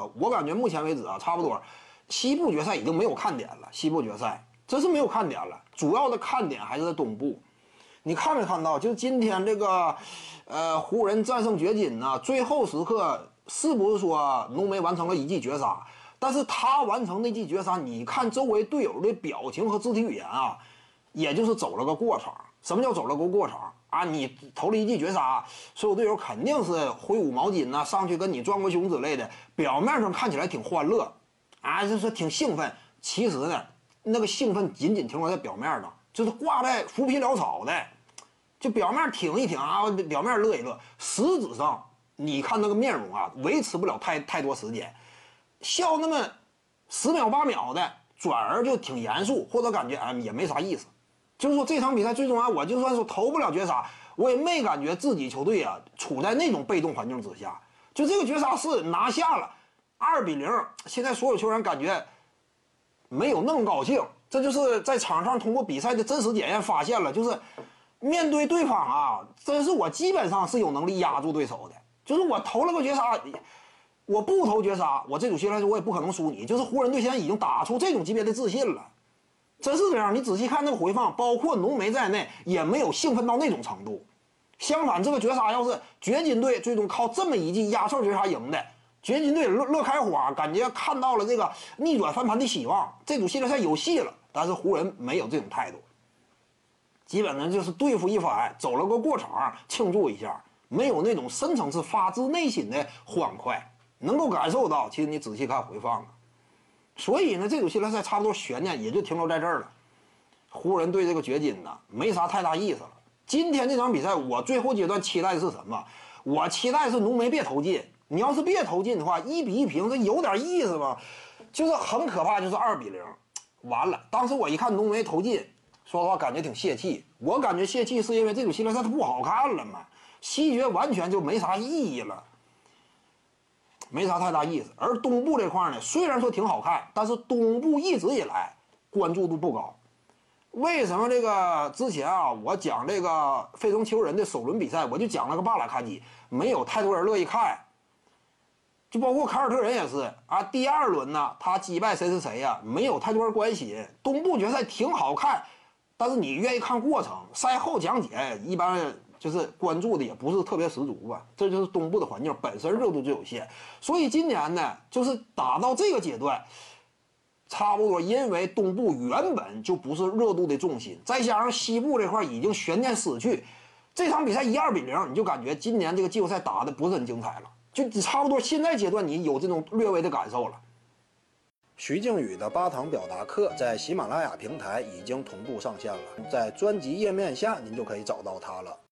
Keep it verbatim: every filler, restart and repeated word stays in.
我感觉目前为止啊，差不多西部决赛已经没有看点了。西部决赛真是没有看点了，主要的看点还是在东部。你看没看到？就是今天这个，呃，湖人战胜掘金呢，最后时刻是不是说浓眉完成了一记绝杀？但是他完成那记绝杀，你看周围队友的表情和肢体语言啊，也就是走了个过场。什么叫走了个过场啊？你投了一记绝杀，所有队友肯定是挥舞毛巾呐、啊，上去跟你撞个胸之类的，表面上看起来挺欢乐，啊，就是挺兴奋。其实呢，那个兴奋仅仅停留在表面上，就是挂在浮皮潦草的，就表面挺一挺啊，表面乐一乐，实质上你看那个面容啊，维持不了太太多时间，笑那么十秒八秒的，转而就挺严肃，或者感觉啊也没啥意思。就是说这场比赛最终啊，我就算是投不了绝杀，我也没感觉自己球队啊处在那种被动环境之下。就这个绝杀是拿下了二比零，现在所有球员感觉没有那么高兴。这就是在场上通过比赛的真实检验发现了，就是面对对方啊，真是我基本上是有能力压住对手的。就是我投了个绝杀，我不投绝杀，我这组系列赛我也不可能输你。就是湖人队现在已经打出这种级别的自信了。真是这样，你仔细看那个回放，包括浓眉在内，也没有兴奋到那种程度。相反，这个绝杀要是掘金队最终靠这么一记压哨绝杀赢的，掘金队乐乐开花，感觉看到了这个逆转翻盘的希望，这组系列赛有戏了。但是湖人没有这种态度，基本上就是对付一番，走了个过场，庆祝一下，没有那种深层次发自内心的欢快，能够感受到。其实你仔细看回放啊。所以呢，这组系列赛差不多悬念也就停留在这儿了。湖人对这个掘金呢，没啥太大意思了。今天这场比赛，我最后阶段期待的是什么？我期待是浓眉别投进。你要是别投进的话，一比一平，这有点意思吗？就是很可怕，就是二比零，完了。当时我一看浓眉投进，说实话感觉挺泄气。我感觉泄气是因为这组系列赛它不好看了嘛，西决完全就没啥意义了。没啥太大意思，而东部这块呢，虽然说挺好看，但是东部一直以来关注度不高。为什么这个之前啊，我讲这个费城球人的首轮比赛，我就讲了个巴拉卡基，没有太多人乐意看。就包括凯尔特人也是啊，第二轮呢，他击败谁是谁呀、啊，没有太多人关心。东部决赛挺好看，但是你愿意看过程，赛后讲解一般。就是关注的也不是特别十足吧，这就是东部的环境本身热度就有限，所以今年呢，就是打到这个阶段，差不多因为东部原本就不是热度的重心，再加上西部这块已经悬念失去，这场比赛一二比零，你就感觉今年这个季后赛打的不是很精彩了，就差不多现在阶段你有这种略微的感受了。 徐静宇的八堂表达课在喜马拉雅平台已经同步上线了，在专辑页面下您就可以找到它了。